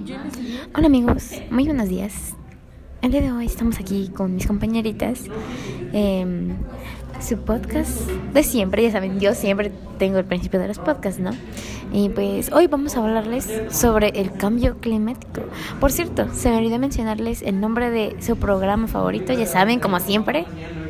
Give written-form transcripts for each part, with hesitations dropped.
Hola amigos, muy buenos días. El día de hoy estamos aquí con mis compañeritas. Su podcast de siempre, ya saben, yo siempre tengo el principio de los podcasts, ¿no? Y pues hoy vamos a hablarles sobre el cambio climático. Por cierto, se me olvidó mencionarles el nombre de su programa favorito. Ya saben, como siempre,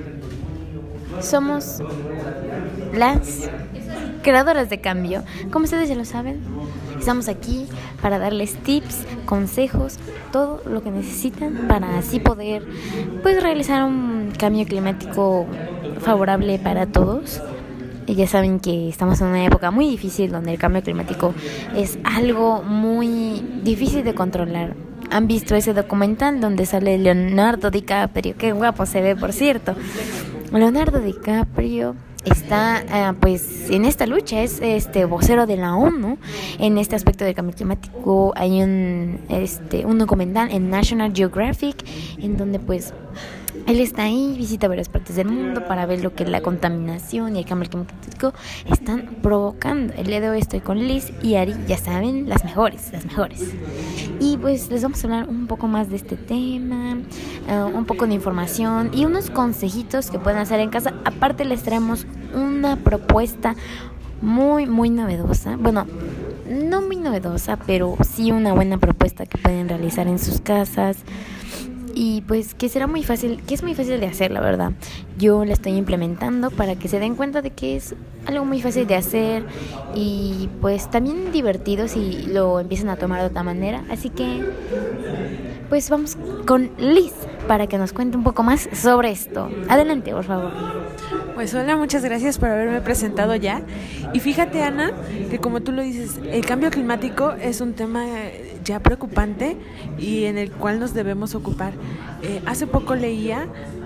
somos las creadoras de cambio. Como ustedes ya lo saben, estamos aquí para darles tips, consejos, todo lo que necesitan para así poder realizar un cambio climático favorable para todos. Y ya saben que estamos en una época muy difícil donde el cambio climático es algo muy difícil de controlar. ¿Han visto ese documental donde sale Leonardo DiCaprio? Qué guapo se ve, por cierto. Leonardo DiCaprio está en esta lucha, es vocero de la ONU en este aspecto del cambio climático. Hay un documental en National Geographic en donde él está ahí, visita varias partes del mundo para ver lo que la contaminación y el cambio climático están provocando. El día de hoy estoy con Liz y Ari, ya saben, las mejores. Y les vamos a hablar un poco más de este tema, un poco de información y unos consejitos que pueden hacer en casa. Aparte les traemos una propuesta muy, muy novedosa. Bueno, no muy novedosa, pero sí una buena propuesta que pueden realizar en sus casas. Y que es muy fácil de hacer, la verdad. Yo la estoy implementando para que se den cuenta de que es algo muy fácil de hacer y también divertido si lo empiezan a tomar de otra manera. Así que vamos con Liz para que nos cuente un poco más sobre esto. Adelante, por favor. Hola, muchas gracias por haberme presentado ya. Y fíjate, Ana, que como tú lo dices, el cambio climático es un tema ya preocupante y en el cual nos debemos ocupar. Hace poco leía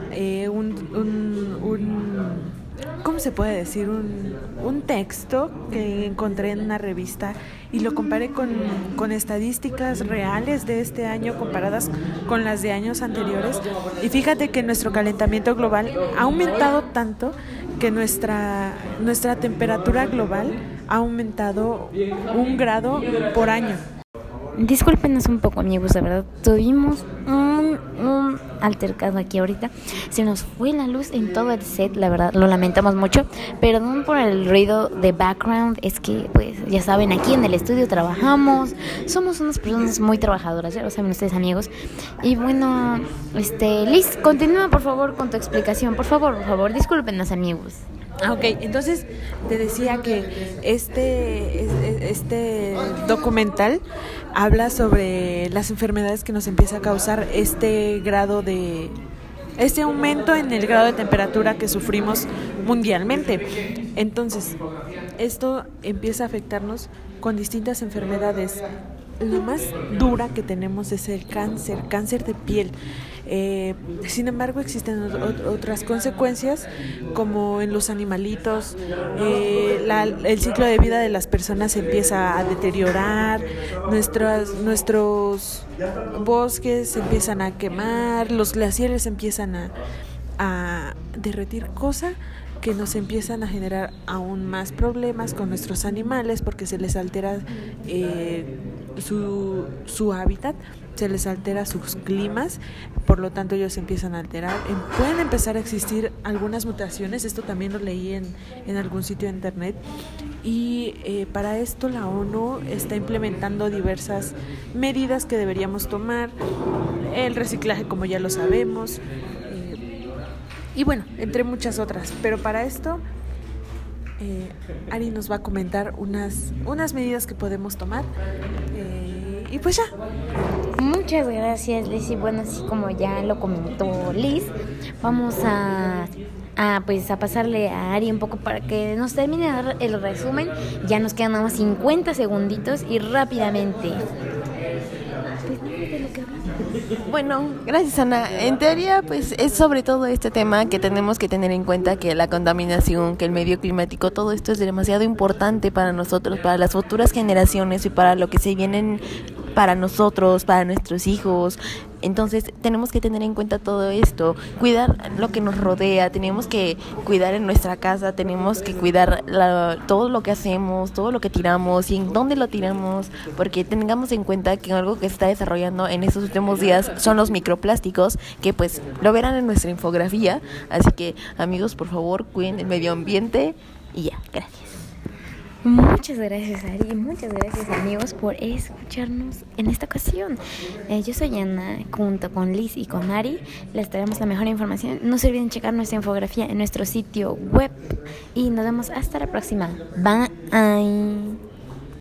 ¿cómo se puede decir? Un texto que encontré en una revista y lo comparé con estadísticas reales de este año comparadas con las de años anteriores. Y fíjate que nuestro calentamiento global ha aumentado tanto que nuestra temperatura global ha aumentado 1 grado por año. Discúlpenos un poco, amigos, la verdad, tuvimos un altercado aquí ahorita. Se nos fue la luz en todo el set, la verdad, lo lamentamos mucho. Perdón por el ruido de background, es que, ya saben, aquí en el estudio trabajamos. Somos unas personas muy trabajadoras, ya lo saben ustedes, amigos. Y Liz, continúa, por favor, con tu explicación. Por favor, discúlpenos, amigos. Ok, entonces te decía que este documental habla sobre las enfermedades que nos empieza a causar este aumento en el grado de temperatura que sufrimos mundialmente. Entonces, esto empieza a afectarnos con distintas enfermedades. La más dura que tenemos es el cáncer de piel. Sin embargo, existen otras consecuencias, como en los animalitos. El ciclo de vida de las personas empieza a deteriorar, nuestros bosques se empiezan a quemar, los glaciares empiezan a derretir, cosa que nos empiezan a generar aún más problemas con nuestros animales porque se les altera su hábitat, se les altera sus climas, por lo tanto ellos se empiezan a alterar. Pueden empezar a existir algunas mutaciones, esto también lo leí en algún sitio de internet, y para esto la ONU está implementando diversas medidas que deberíamos tomar, el reciclaje, como ya lo sabemos, y entre muchas otras. Pero para esto Ari nos va a comentar unas medidas que podemos tomar, y ya. Muchas gracias, Liz. Y así como ya lo comentó Liz, vamos a pasarle a Ari un poco para que nos termine de dar el resumen. Ya nos quedan nada más 50 segunditos y rápidamente. Bueno, gracias, Ana. En teoría, es sobre todo este tema que tenemos que tener en cuenta, que la contaminación, que el medio climático, todo esto es demasiado importante para nosotros, para las futuras generaciones y para lo que se vienen para nosotros, para nuestros hijos. Entonces tenemos que tener en cuenta todo esto, cuidar lo que nos rodea, tenemos que cuidar en nuestra casa, tenemos que cuidar todo lo que hacemos, todo lo que tiramos y en dónde lo tiramos, porque tengamos en cuenta que algo que se está desarrollando en estos últimos días son los microplásticos, que pues lo verán en nuestra infografía. Así que amigos, por favor, cuiden el medio ambiente y ya, gracias. Muchas gracias, Ari, y muchas gracias, amigos, por escucharnos en esta ocasión. Yo soy Ana, junto con Liz y con Ari les traemos la mejor información. No se olviden checar nuestra infografía en nuestro sitio web y nos vemos hasta la próxima. Bye.